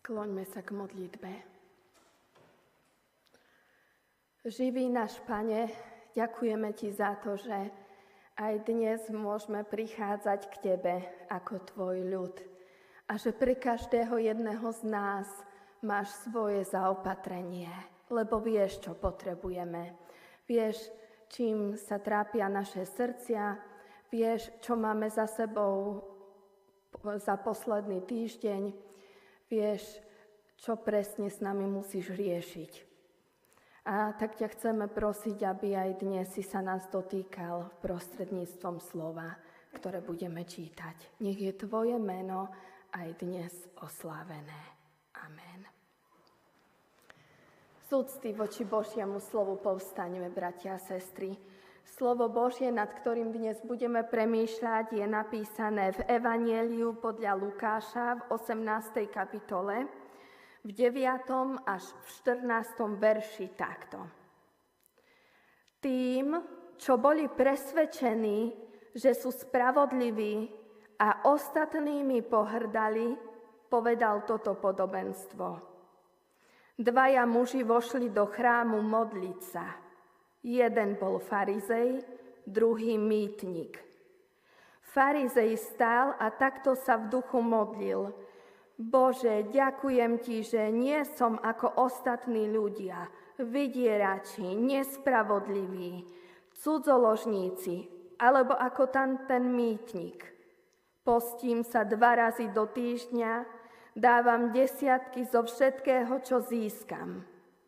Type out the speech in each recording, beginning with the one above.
Skloňme sa k modlitbe. Živý náš Pane, ďakujeme Ti za to, že aj dnes môžeme prichádzať k Tebe ako Tvoj ľud a že pre každého jedného z nás máš svoje zaopatrenie, lebo vieš, čo potrebujeme. Vieš, čím sa trápia naše srdcia, vieš, čo máme za sebou za posledný týždeň, vieš, čo presne s nami musíš riešiť. A tak ťa chceme prosiť, aby aj dnes si sa nás dotýkal prostredníctvom slova, ktoré budeme čítať. Nech je Tvoje meno aj dnes oslávené. Amen. Z úcty voči Božiemu slovu povstaňme, bratia a sestry. Slovo Božie, nad ktorým dnes budeme premýšľať, je napísané v Evanjeliu podľa Lukáša v 18. kapitole, v 9. až v 14. verši takto. Tým, čo boli presvedčení, že sú spravodliví a ostatnými pohrdali, povedal toto podobenstvo. Dvaja muži vošli do chrámu modliť sa. Jeden bol farizej, druhý mýtnik. Farizej stál a takto sa v duchu modlil. Bože, ďakujem Ti, že nie som ako ostatní ľudia, vydierači, nespravodliví, cudzoložníci, alebo ako ten mýtnik. Postím sa 2 razy do týždňa, dávam 10 zo všetkého, čo získam.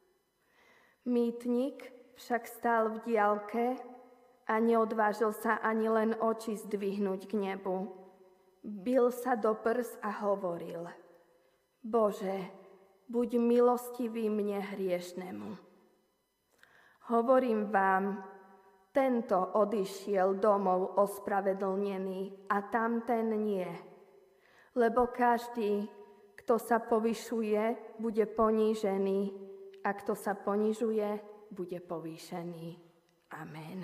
Mýtnik však stál v diaľke a neodvážil sa ani len oči zdvihnúť k nebu. Bil sa do prs a hovoril: Bože, buď milostivý mne hriešnemu. Hovorím vám, tento odišiel domov ospravedlnený a tamten nie. Lebo každý, kto sa povyšuje, bude ponížený, a kto sa ponižuje, bude povýšený. Amen.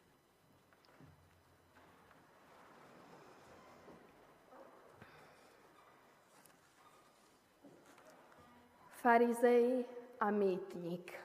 Farizej a mýtnik.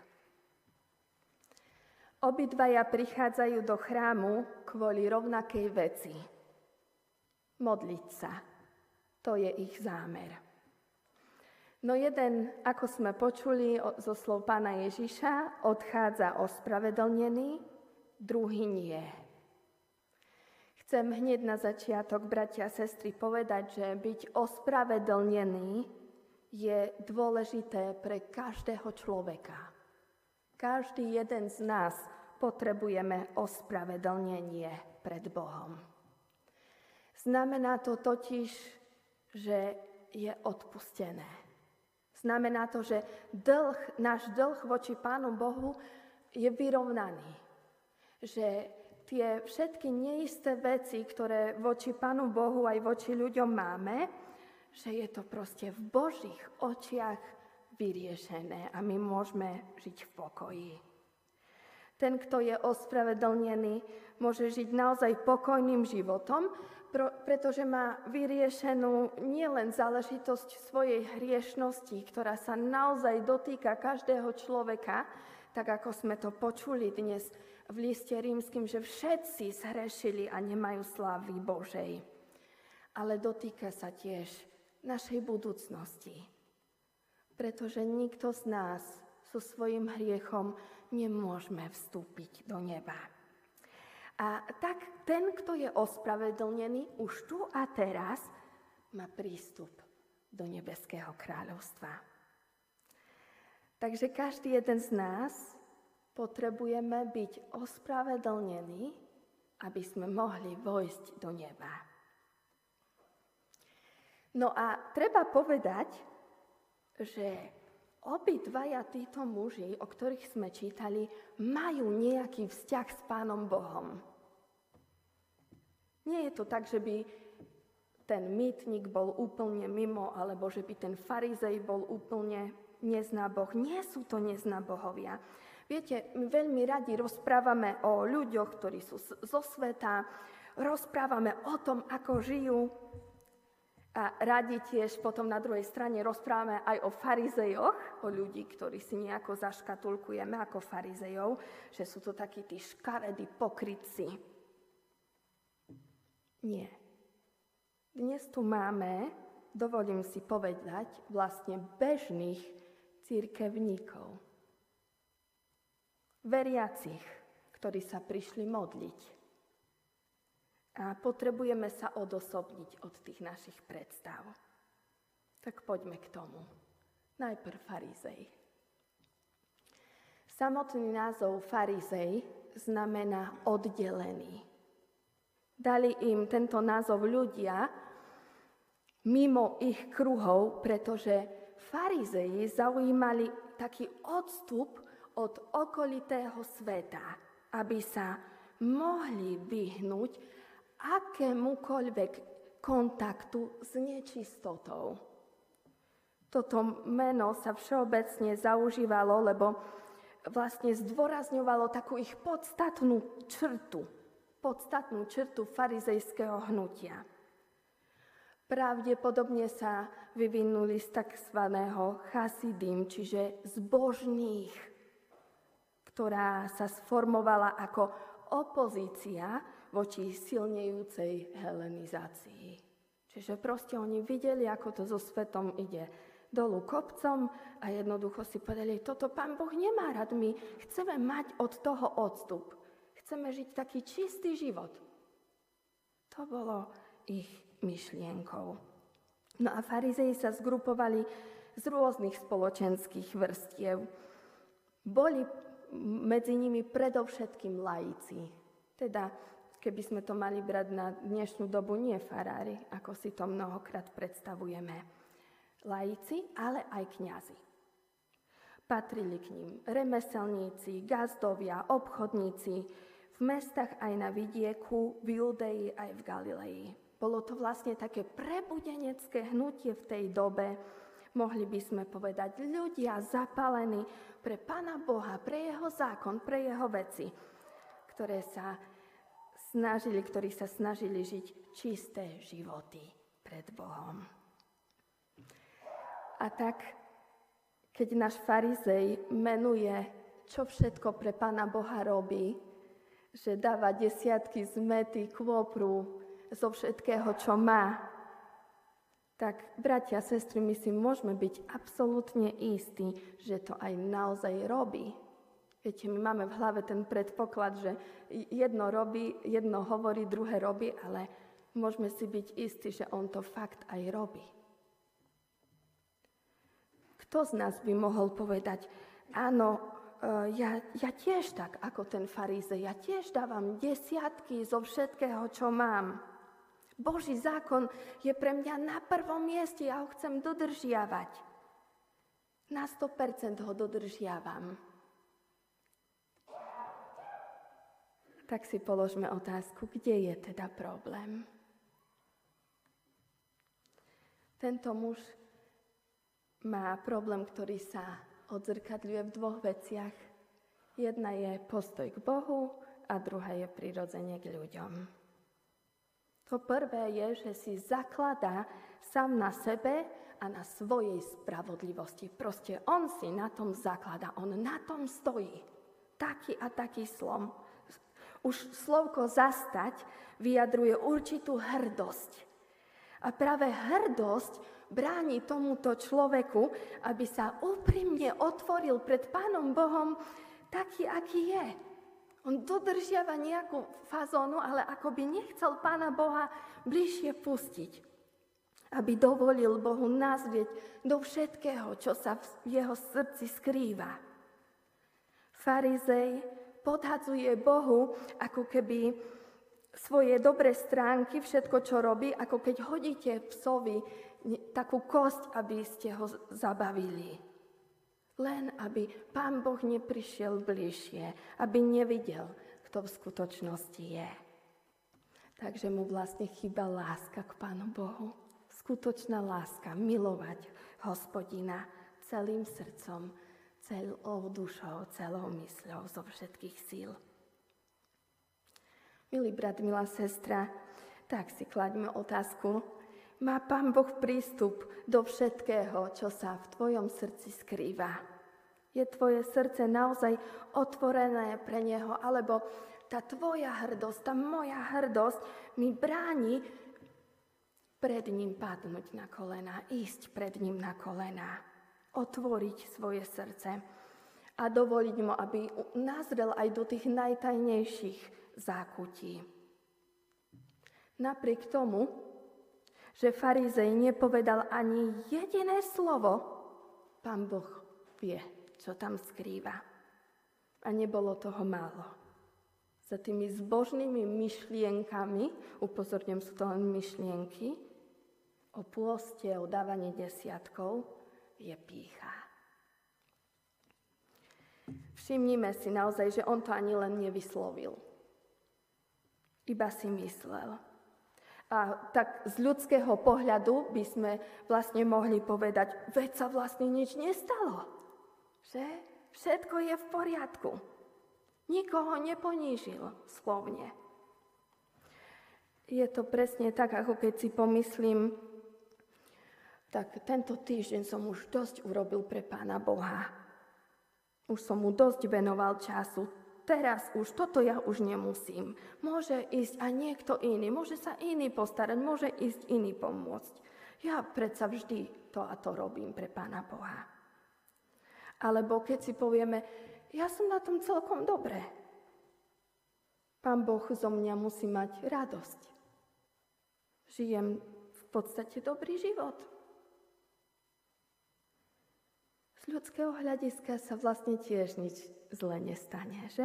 Obidvaja prichádzajú do chrámu kvôli rovnakej veci. Modliť sa. To je ich zámer. No jeden, ako sme počuli zo slov Pána Ježiša, odchádza ospravedlnený, druhý nie. Chcem hneď na začiatok, bratia a sestry, povedať, že byť ospravedlnený je dôležité pre každého človeka. Každý jeden z nás potrebujeme ospravedlnenie pred Bohom. Znamená to totiž, že je odpustené. Znamená to, že náš dlh voči Pánu Bohu je vyrovnaný. Že tie všetky neisté veci, ktoré voči Pánu Bohu aj voči ľuďom máme, že je to proste v Božích očiach vyriešené a my môžeme žiť v pokoji. Ten, kto je ospravedlnený, môže žiť naozaj pokojným životom, pretože má vyriešenú nielen záležitosť svojej hriešnosti, ktorá sa naozaj dotýka každého človeka, tak ako sme to počuli dnes v liste rímskym, že všetci zhrešili a nemajú slávy Božej. Ale dotýka sa tiež našej budúcnosti, pretože nikto z nás so svojím hriechom nemôžeme vstúpiť do neba. A tak ten, kto je ospravedlnený, už tu a teraz má prístup do nebeského kráľovstva. Takže každý jeden z nás potrebujeme byť ospravedlnení, aby sme mohli vojsť do neba. No a treba povedať, že obidvaja títo muži, o ktorých sme čítali, majú nejaký vzťah s Pánom Bohom. Nie je to tak, že by ten mýtnik bol úplne mimo, alebo že by ten farizej bol úplne neznáboh. Nie sú to neznábohovia. Viete, my veľmi radi rozprávame o ľuďoch, ktorí sú zo sveta, rozprávame o tom, ako žijú. A radi tiež potom na druhej strane rozprávame aj o farizejoch, o ľudí, ktorí si nejako zaškatulkujeme ako farizejov, že sú to takí tí škaredí pokrytci. Nie. Dnes tu máme, dovolím si povedať, vlastne bežných cirkevníkov. Veriacich, ktorí sa prišli modliť. A potrebujeme sa odosobniť od tých našich predstav. Tak poďme k tomu. Najprv farizej. Samotný názov farizej znamená oddelený. Dali im tento názov ľudia mimo ich kruhov, pretože farizeji zaujímali taký odstup od okolitého sveta, aby sa mohli vyhnúť akémukoľvek kontaktu s nečistotou. Toto meno sa všeobecne zaužívalo, lebo vlastne zdôrazňovalo takú ich podstatnú črtu farizejského hnutia. Pravdepodobne sa vyvinuli z takzvaného chasidim, čiže zbožných, ktorá sa sformovala ako opozícia voči silnejúcej helenizácii. Čiže proste oni videli, ako to so svetom ide dolu kopcom a jednoducho si povedali, toto Pán Boh nemá rád, my chceme mať od toho odstup. Chceme žiť taký čistý život. To bolo ich myšlienkou. No a farizeji sa zgrupovali z rôznych spoločenských vrstiev. Boli medzi nimi predovšetkým laici. Teda, keby sme to mali brať na dnešnú dobu, nie farári, ako si to mnohokrát predstavujeme. Laici, ale aj kňazi. Patrili k ním remeselníci, gazdovia, obchodníci, v mestách aj na vidieku, v Judei aj v Galilei. Bolo to vlastne také prebudenecké hnutie v tej dobe, mohli by sme povedať, ľudia zapálení pre Pána Boha, pre jeho zákon, pre jeho veci, ktorí sa snažili žiť čisté životy pred Bohom. A tak, keď náš farizej menuje, čo všetko pre Pána Boha robí, že dáva desiatky zmety, kôpru, zo všetkého, čo má, tak, bratia a sestry, my si môžeme byť absolútne istí, že to aj naozaj robí. Viete, my máme v hlave ten predpoklad, že jedno robí, jedno hovorí, druhé robí, ale môžeme si byť istí, že on to fakt aj robí. Kto z nás by mohol povedať, áno, ja tiež tak, ako ten farizej, ja tiež dávam desiatky zo všetkého, čo mám. Boží zákon je pre mňa na prvom mieste, ja ho chcem dodržiavať. Na 100% ho dodržiavam. Tak si položme otázku, kde je teda problém? Tento muž má problém, ktorý sa odzrkadľuje v dvoch veciach. Jedna je postoj k Bohu a druhá je prirodzenie k ľuďom. To prvé je, že si zakladá sám na sebe a na svojej spravodlivosti. Proste on si na tom zakladá, on na tom stojí. Taký a taký slom. Už slovko zastať vyjadruje určitú hrdosť. A práve hrdosť bráni tomuto človeku, aby sa úprimne otvoril pred Pánom Bohom taký, aký je. On dodržiava nejakú fazónu, ale ako by nechcel Pána Boha bližšie pustiť. Aby dovolil Bohu nazrieť do všetkého, čo sa v jeho srdci skrýva. Farizej podhadzuje Bohu, ako keby svoje dobré stránky, všetko, čo robí, ako keď hodíte psovi takú kosť, aby ste ho zabavili. Len aby Pán Boh neprišiel bližšie, aby nevidel, kto v skutočnosti je. Takže mu vlastne chýba láska k Pánu Bohu. Skutočná láska, milovať Hospodina celým srdcom, celou dušou, celou mysľou, zo všetkých síl. Milý brat, milá sestra, tak si klaďme otázku, Má Pán Boh prístup do všetkého, čo sa v tvojom srdci skrýva. Je tvoje srdce naozaj otvorené pre Neho, alebo tá tvoja hrdosť, tá moja hrdosť mi bráni pred ním padnúť na kolená, ísť pred ním na kolená, otvoriť svoje srdce a dovoliť mu, aby nazrel aj do tých najtajnejších zákutí. Napriek tomu, že farizej nepovedal ani jediné slovo, Pán Boh vie, čo tam skrýva. A nebolo toho málo. Za tými zbožnými myšlienkami, upozorňujem, sú to len myšlienky, o pôste, o dávaní desiatkov, je pýcha. Všimnime si naozaj, že on to ani len nevyslovil. Iba si myslel. A tak z ľudského pohľadu by sme vlastne mohli povedať, veď sa vlastne nič nestalo. Že? Všetko je v poriadku. Nikoho neponížil slovne. Je to presne tak, ako keď si pomyslím, tak tento týždeň som už dosť urobil pre Pána Boha. Už som mu dosť venoval času. Teraz už, toto ja už nemusím. Môže ísť aj niekto iný, môže sa iný postarať, môže ísť iný pomôcť. Ja predsa vždy to a to robím pre Pána Boha. Alebo keď si povieme, ja som na tom celkom dobre. Pán Boh zo mňa musí mať radosť. Žijem v podstate dobrý život. Z ľudského hľadiska sa vlastne tiež nič zle nestane, že?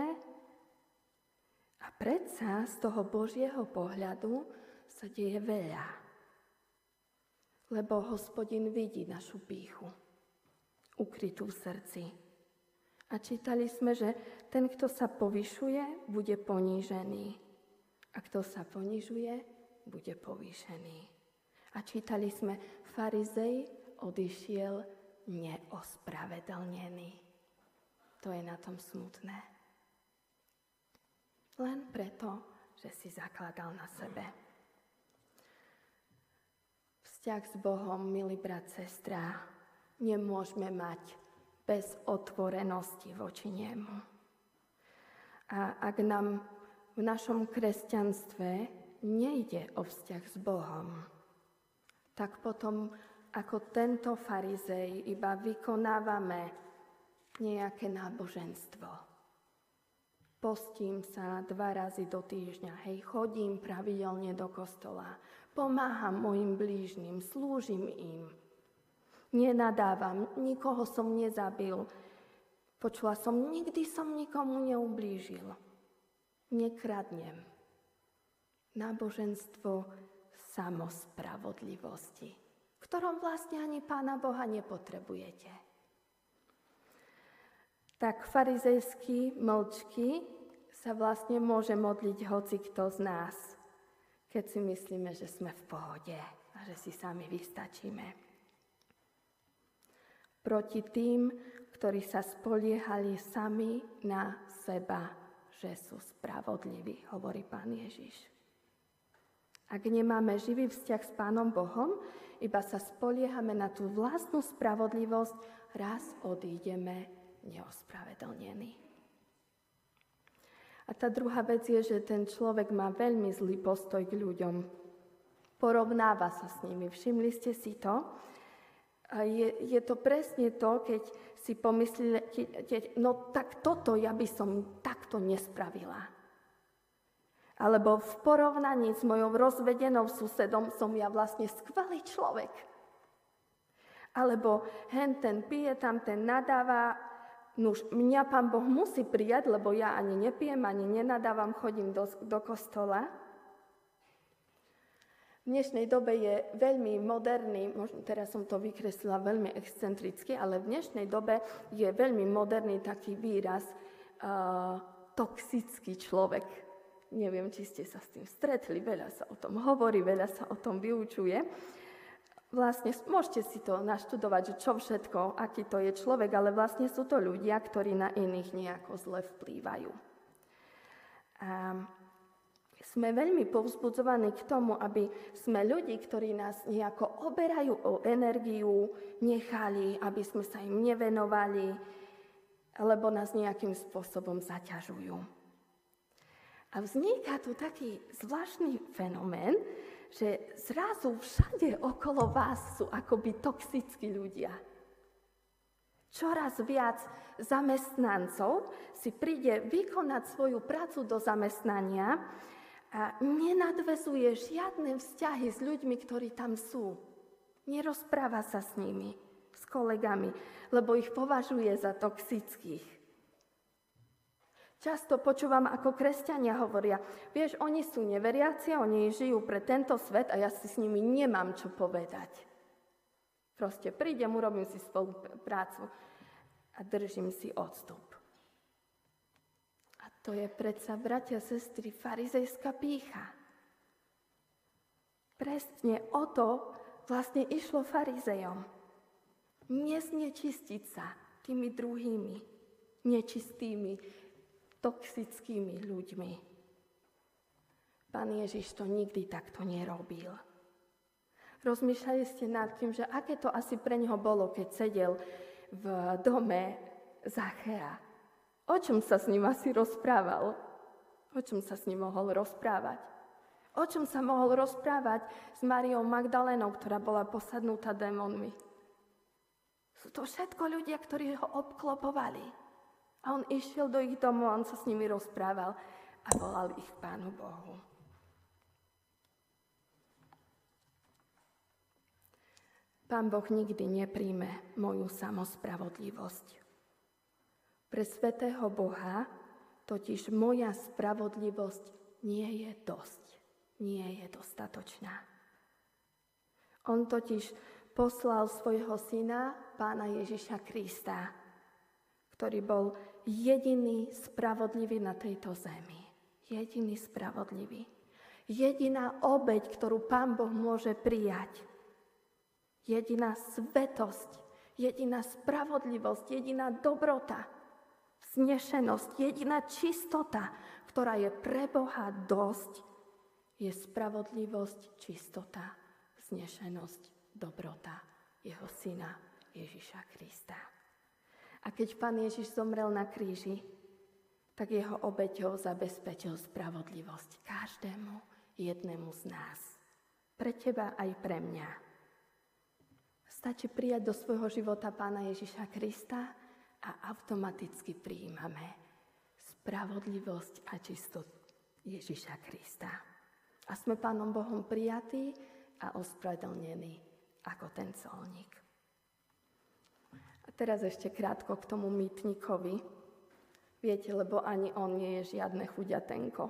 A predsa z toho Božieho pohľadu sa deje veľa. Lebo Hospodin vidí našu pýchu, ukrytú v srdci. A čítali sme, že ten, kto sa povyšuje, bude ponížený. A kto sa ponižuje, bude povýšený. A čítali sme, farizej odišiel neospravedlnený. To je na tom smutné. Len preto, že si zakladal na sebe. Vzťah s Bohom, milý brat, sestra, nemôžeme mať bez otvorenosti voči nemu. A ak nám v našom kresťanstve nejde o vzťah s Bohom, tak potom ako tento farizej iba vykonávame nejaké náboženstvo. Postím sa 2 razy do týždňa, chodím pravidelne do kostola, pomáham mojim blížnym, slúžim im. Nenadávam, nikoho som nezabil. Počula som, nikdy som nikomu neublížil. Nekradnem. Náboženstvo samospravodlivosti, v ktorom vlastne ani Pána Boha nepotrebujete. Tak farizejský mlčky sa vlastne môže modliť hocikto z nás, keď si myslíme, že sme v pohode a že si sami vystačíme. Proti tým, ktorí sa spoliehali sami na seba, že sú spravodliví, hovorí Pán Ježiš. Ak nemáme živý vzťah s Pánom Bohom, iba sa spoliehame na tú vlastnú spravodlivosť, raz odídeme neospravedlnení. A tá druhá vec je, že ten človek má veľmi zlý postoj k ľuďom. Porovnáva sa s nimi. Všimli ste si to? A je to presne to, keď si pomyslíte, no tak toto ja by som takto nespravila. Alebo v porovnaní s mojou rozvedenou susedom som ja vlastne skvelý človek. Alebo ten pije, ten nadáva, nuž mňa Pán Boh musí prijať, lebo ja ani nepijem, ani nenadávam, chodím do kostola. V dnešnej dobe je veľmi moderný, možno teraz som to vykreslila veľmi excentricky, ale v dnešnej dobe je veľmi moderný taký výraz toxický človek. Neviem, či ste sa s tým stretli, veľa sa o tom hovorí, veľa sa o tom vyučuje. Vlastne môžete si to naštudovať, že čo všetko, aký to je človek, ale vlastne sú to ľudia, ktorí na iných nejako zle vplývajú. Sme veľmi povzbudzovaní k tomu, aby sme ľudí, ktorí nás nejako oberajú o energiu, nechali, aby sme sa im nevenovali, alebo nás nejakým spôsobom zaťažujú. A vzniká tu taký zvláštny fenomén, že zrazu všade okolo vás sú akoby toxickí ľudia. Čoraz viac zamestnancov si príde vykonať svoju prácu do zamestnania a nenadväzuje žiadne vzťahy s ľuďmi, ktorí tam sú. Nerozpráva sa s nimi, s kolegami, lebo ich považuje za toxických. Často počúvam, ako kresťania hovoria, vieš, oni sú neveriaci, oni žijú pre tento svet a ja si s nimi nemám čo povedať. Proste prídem, urobím si svoju prácu a držím si odstup. A to je predsa, bratia a sestry, farizejská pýcha. Presne o to vlastne išlo farizejom. Neznečistiť sa tými druhými, nečistými, toxickými ľuďmi. Pán Ježiš to nikdy takto nerobil. Rozmýšľali ste nad tým, že aké to asi pre neho bolo, keď sedel v dome Zachea. O čom sa s ním asi rozprával? O čom sa s ním mohol rozprávať? O čom sa mohol rozprávať s Máriou Magdalénou, ktorá bola posadnutá démonmi? Sú to všetko ľudia, ktorí ho obklopovali. A on išiel do ich domov, on sa s nimi rozprával a volal ich k Pánu Bohu. Pán Boh nikdy nepríjme moju samospravodlivosť. Pre svätého Boha totiž moja spravodlivosť nie je dosť, nie je dostatočná. On totiž poslal svojho syna, Pána Ježiša Krista, ktorý bol jediný spravodlivý na tejto zemi. Jediný spravodlivý. Jediná obeť, ktorú Pán Boh môže prijať. Jediná svetosť, jediná spravodlivosť, jediná dobrota, vznešenosť, jediná čistota, ktorá je pre Boha dosť, je spravodlivosť, čistota, vznešenosť, dobrota jeho syna Ježiša Krista. A keď Pán Ježiš zomrel na kríži, tak jeho obeťou zabezpečil spravodlivosť každému jednému z nás. Pre teba aj pre mňa. Stačí prijať do svojho života Pána Ježiša Krista a automaticky prijímame spravodlivosť a čistotu Ježiša Krista. A sme Pánom Bohom prijatí a ospravedlnení ako ten colník. A teraz ešte krátko k tomu mýtnikovi. Viete, lebo ani on nie je žiadne chuďatenko.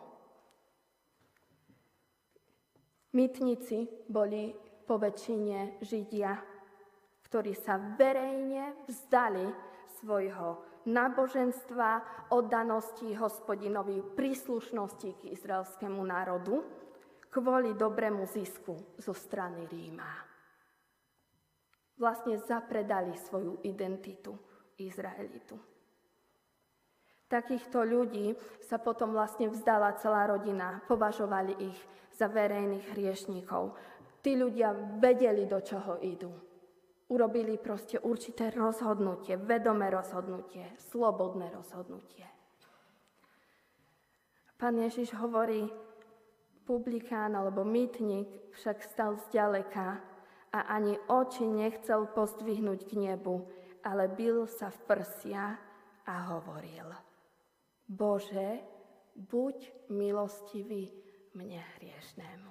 Mýtnici boli po väčšine Židia, ktorí sa verejne vzdali svojho náboženstva, oddanosti Hospodinovi, príslušnosti k izraelskému národu kvôli dobrému zisku zo strany Ríma. Vlastne zapredali svoju identitu Izraelitu. Takýchto ľudí sa potom vlastne vzdala celá rodina, považovali ich za verejných hriešníkov. Tí ľudia vedeli, do čoho idú. Urobili proste určité rozhodnutie, vedomé rozhodnutie, slobodné rozhodnutie. Pán Ježiš hovorí, publikán alebo mýtnik však stal zďaleka a ani oči nechcel pozdvihnúť k nebu, ale bil sa v prsia a hovoril: Bože, buď milostivý mne hriešnému.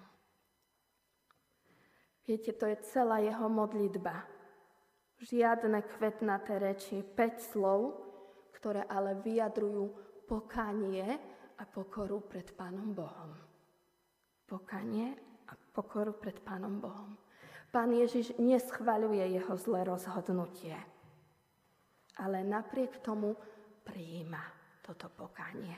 Viete, to je celá jeho modlitba. Žiadne kvetnaté reči, 5 slov, ktoré ale vyjadrujú pokánie a pokoru pred Pánom Bohom. Pokánie a pokoru pred Pánom Bohom. Pán Ježiš neschvaľuje jeho zlé rozhodnutie, ale napriek tomu prijíma toto pokánie.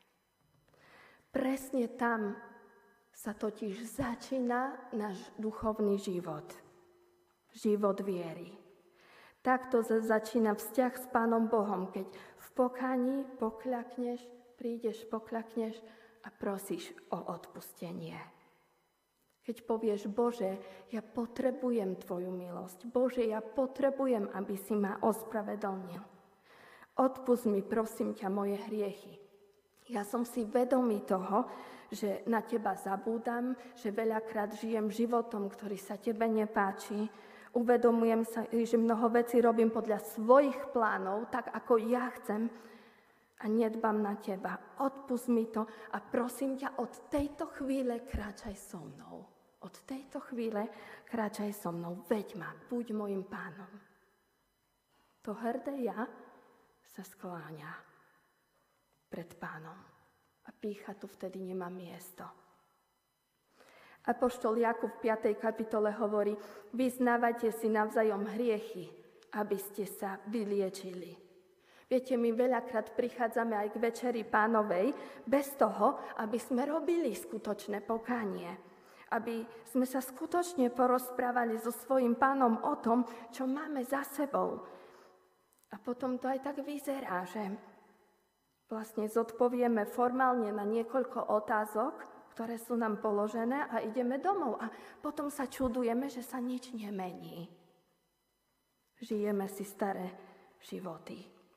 Presne tam sa totiž začína náš duchovný život. Život viery. Takto začína vzťah s Pánom Bohom, keď v pokáni pokľakneš, prídeš, pokľakneš a prosíš o odpustenie. Keď povieš, Bože, ja potrebujem Tvoju milosť. Bože, ja potrebujem, aby si ma ospravedlnil. Odpusť mi, prosím ťa, moje hriechy. Ja som si vedomý toho, že na Teba zabúdam, že veľakrát žijem životom, ktorý sa Tebe nepáči. Uvedomujem sa, že mnoho vecí robím podľa svojich plánov, tak ako ja chcem a nedbám na Teba. Odpusť mi to a prosím ťa, od tejto chvíle kráčaj so mnou. Od tejto chvíle kráčaj so mnou. Veď ma, buď mojim pánom. To hrdé ja sa skláňa pred pánom a pýcha tu vtedy nemá miesto. Apoštol Jakub v 5. kapitole hovorí, vyznávajte si navzájom hriechy, aby ste sa vyliečili. Viete, my veľakrát prichádzame aj k večeri pánovej bez toho, aby sme robili skutočné pokánie. Aby sme sa skutočne porozprávali so svojím pánom o tom, čo máme za sebou. A potom to aj tak vyzerá, že vlastne zodpovieme formálne na niekoľko otázok, ktoré sú nám položené a ideme domov. A potom sa čudujeme, že sa nič nemení. Žijeme si staré životy.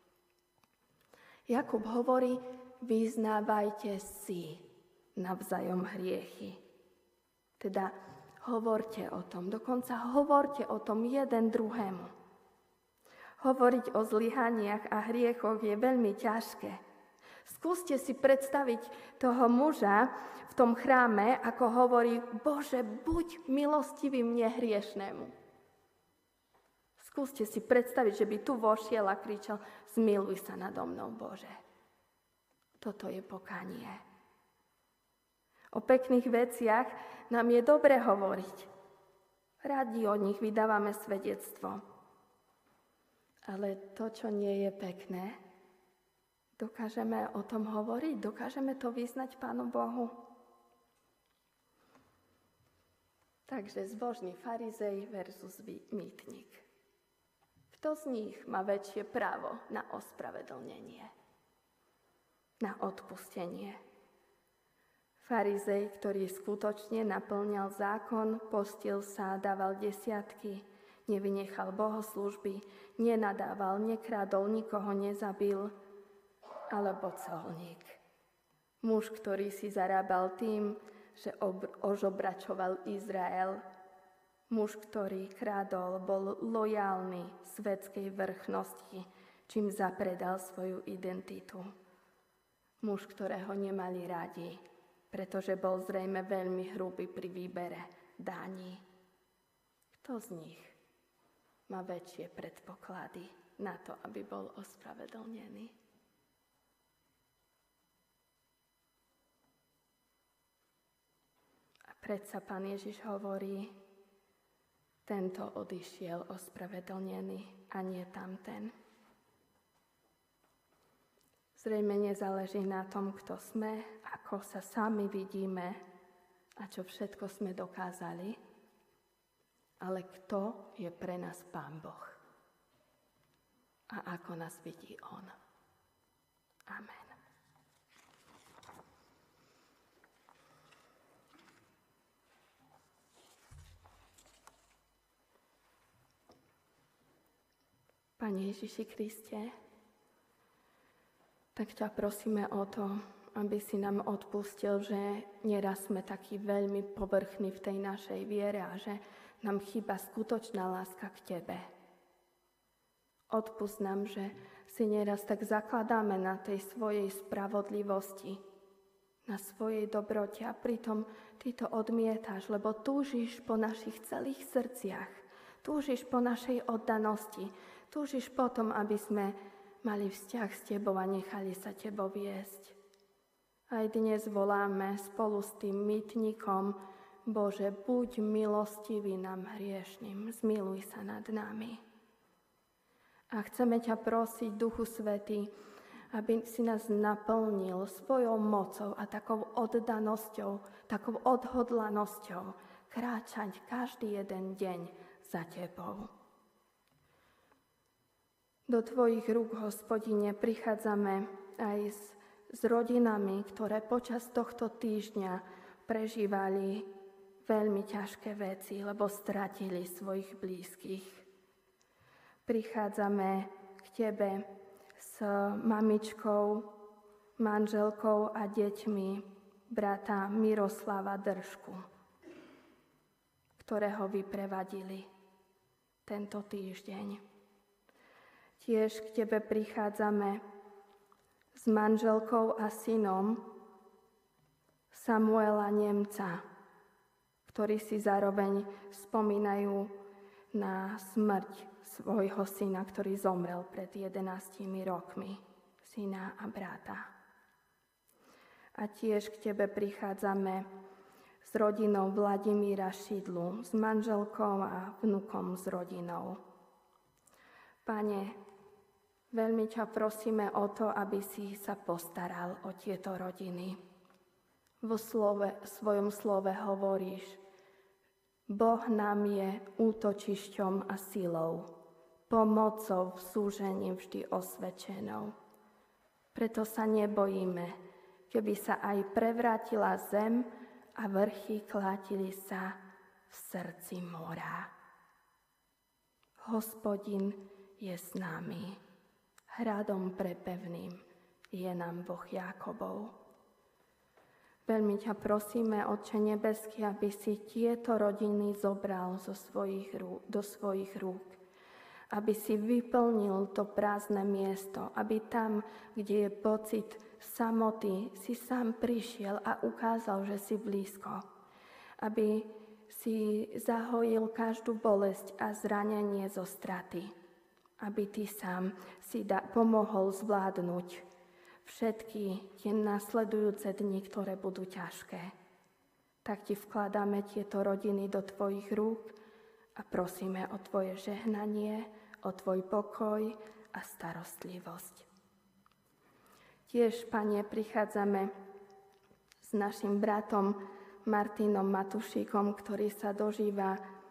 Jakub hovorí, vyznávajte si navzájom hriechy. Teda hovorte o tom, dokonca hovorte o tom jeden druhému. Hovoriť o zlyhaniach a hriechoch je veľmi ťažké. Skúste si predstaviť toho muža v tom chráme, ako hovorí, Bože, buď milostivý mne hriešnému. Skúste si predstaviť, že by tu vošiel a kričal, zmiluj sa nado mnou, Bože. Toto je pokánie. O pekných veciach nám je dobre hovoriť. Radi o nich vydávame svedectvo. Ale to, čo nie je pekné, dokážeme o tom hovoriť? Dokážeme to vyznať Pánu Bohu? Takže zbožný farizej versus mýtnik. Kto z nich má väčšie právo na ospravedlnenie? Na odpustenie? Farizej, ktorý skutočne naplňal zákon, postil sa, dával desiatky, nevynechal bohoslúžby, nenadával, nekrádol, nikoho nezabil, alebo colník. Muž, ktorý si zarábal tým, že ožobračoval Izrael. Muž, ktorý krádol, bol lojálny svetskej vrchnosti, čím zapredal svoju identitu. Muž, ktorého nemali radi, pretože bol zrejme veľmi hrubý pri výbere daní. Kto z nich má väčšie predpoklady na to, aby bol ospravedlnený? A predsa Pán Ježiš hovorí, tento odišiel ospravedlnený a nie tamten. Zrejme nezáleží na tom, kto sme, ako sa sami vidíme a čo všetko sme dokázali, ale kto je pre nás Pán Boh a ako nás vidí On. Amen. Pane Ježiši Kriste, tak ťa prosíme o to, aby si nám odpustil, že nieraz sme takí veľmi povrchní v tej našej viere a že nám chýba skutočná láska k Tebe. Odpusť nám, že si nieraz tak zakladáme na tej svojej spravodlivosti, na svojej dobrote a pritom Ty to odmietáš, lebo túžiš po našich celých srdciach, túžiš po našej oddanosti, túžiš po tom, aby sme mali vzťah s Tebou a nechali sa Tebou viesť. Aj dnes voláme spolu s tým mýtnikom, Bože, buď milostivý nám hriešným, zmiluj sa nad nami. A chceme ťa prosiť, Duchu Svätý, aby si nás naplnil svojou mocou a takou oddanosťou, takou odhodlanosťou kráčať každý jeden deň za Tebou. Do Tvojich rúk, Hospodine, prichádzame aj s s rodinami, ktoré počas tohto týždňa prežívali veľmi ťažké veci, lebo stratili svojich blízkych. Prichádzame k Tebe s mamičkou, manželkou a deťmi brata Miroslava Držku, ktorého vyprevadili tento týždeň. Tiež k Tebe prichádzame s manželkou a synom Samuela Nemca, ktorí si zároveň spomínajú na smrť svojho syna, ktorý zomrel pred 11 rokmi, syna a brata. A tiež k Tebe prichádzame s rodinou Vladimíra Šidlu, s manželkou a vnukom s rodinou. Pane, veľmi ťa prosíme o to, aby si sa postaral o tieto rodiny. Vo svojom slove hovoríš, Boh nám je útočišťom a silou, pomocou v súžení vždy osvedčenou. Preto sa nebojíme, keby sa aj prevrátila zem a vrchy klátili sa v srdci mora. Hospodin je s nami, hradom prepevným je nám Boh Jákobov. Veľmi ťa prosíme, Otče nebeský, aby si tieto rodiny zobral do svojich rúk, aby si vyplnil to prázdne miesto, aby tam, kde je pocit samoty, si sám prišiel a ukázal, že si blízko, aby si zahojil každú bolesť a zranenie zo straty, aby ty sám si pomohol zvládnuť všetky tie nasledujúce dni, ktoré budú ťažké. Tak ti vkladáme tieto rodiny do tvojich rúk a prosíme o tvoje žehnanie, o tvoj pokoj a starostlivosť. Tiež, Pane, prichádzame s našim bratom Martinom Matušíkom, ktorý sa dožíva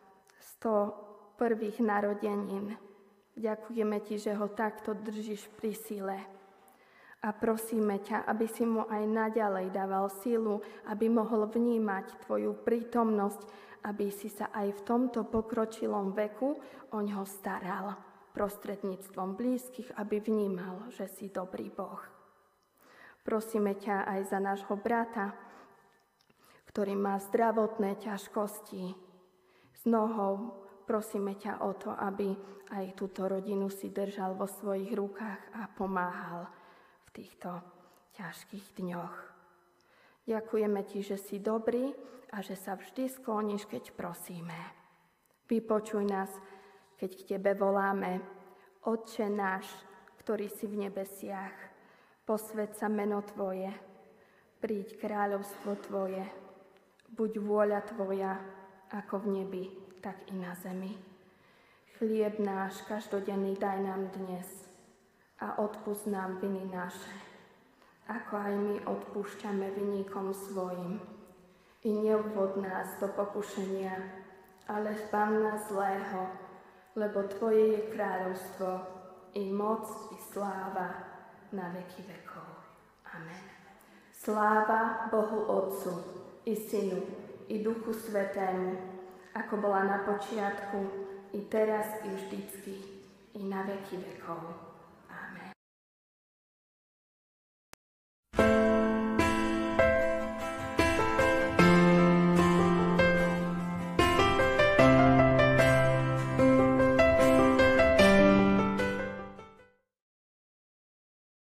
101. narodenín. Ďakujeme ti, že ho takto držíš pri sile. A prosíme ťa, aby si mu aj naďalej dával silu, aby mohol vnímať tvoju prítomnosť, aby si sa aj v tomto pokročilom veku o ňoho staral prostredníctvom blízkych, aby vnímal, že si dobrý Boh. Prosíme ťa aj za nášho brata, ktorý má zdravotné ťažkosti s nohou. Prosíme ťa o to, aby aj túto rodinu si držal vo svojich rukách a pomáhal v týchto ťažkých dňoch. Ďakujeme ti, že si dobrý a že sa vždy skloníš, keď prosíme. Vypočuj nás, keď k tebe voláme. Otče náš, ktorý si v nebesiach, posväť sa meno tvoje, príď kráľovstvo tvoje, buď vôľa tvoja, ako v nebi, tak i na zemi. Chlieb náš každodenný daj nám dnes a odpusť nám viny naše, ako aj my odpúšťame vinníkom svojim. I neuvod nás do pokušenia, ale zbav nás zlého, lebo tvoje je kráľovstvo, i moc, i sláva na veky vekov. Amen. Sláva Bohu Otcu, i Synu, i Duchu Svätému, ako bola na počiatku, i teraz, i vždycky, i na veky vekov.